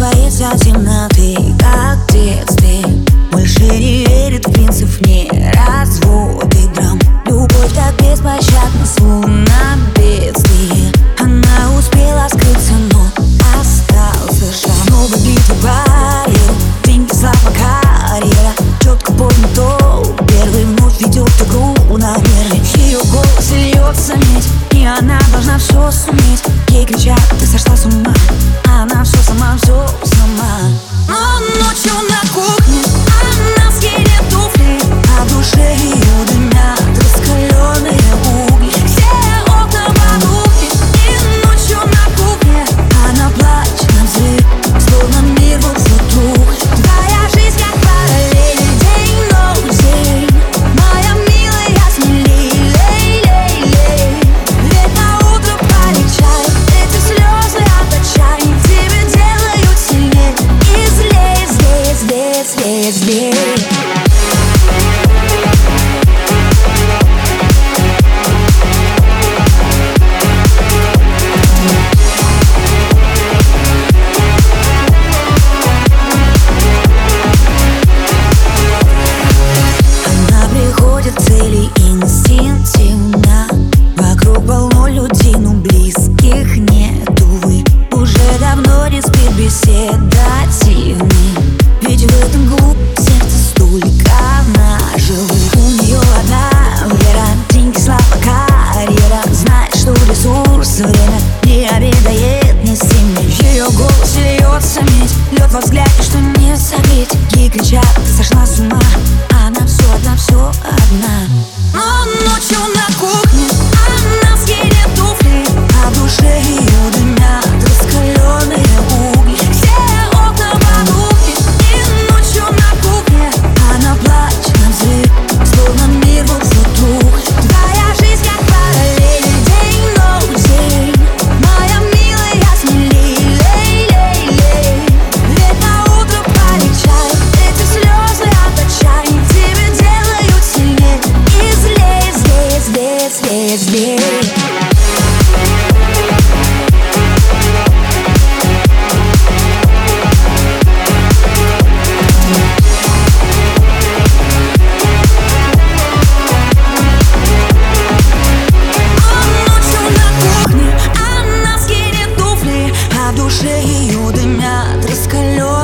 боится темноты, как в детстве. Больше не верит в принцип, не разводит драм. Любовь так беспощадна, словно бедствие. Она успела скрыться, но остался шрам. Снова битва барьер, деньги, слава, карьера. Четко поднято, первый вновь ведет игру на нервы. Ее голос льется медь, и она должна все суметь. Ей кричат: ты сошла с ума. Она все сама, все сама. Но ночью на кухне она скинет туфли, а в душе ее дымят раскаленные угли. Все окна потухли, и ночью на кухне она плачет на взрыв, словно мир вот вокруг. Твоя жизнь как параллель, день, день. Моя милая, смелей, лей, лей, лей. Ведь на утро полегчает, эти слезы от отчаяния тебя делают сильнее. И злее, злее, злее, злее, злее. Цели инстинктивно. Вокруг полно людей, но близких нет, увы. Уже давно не спит беседативный. Ведь в этом глуп сердце столько наживых. У нее одна вера, деньги, слава, карьера. Знает, что ресурс, время не обедает, не стемнет. Ее голос льется медь, лед во взгляде, что не согреть. Ей кричат: ты сошла с ума. Она все одна, все одна. Но ночью на кухне она скинет туфли, а в душе ее дымят раскаленные угли. Все окна потухли, и ночью на кухне она плачет на взрыв, словно мир вот вокруг. Твоя жизнь как параллель, день, день. Моя милая, смелей, лей, лей, лей. Ведь на утро полегчает, эти слезы от отчаяния тебя делают сильнее. И злее, злее, злее, злее, злее. В душе ее дымят раскаленные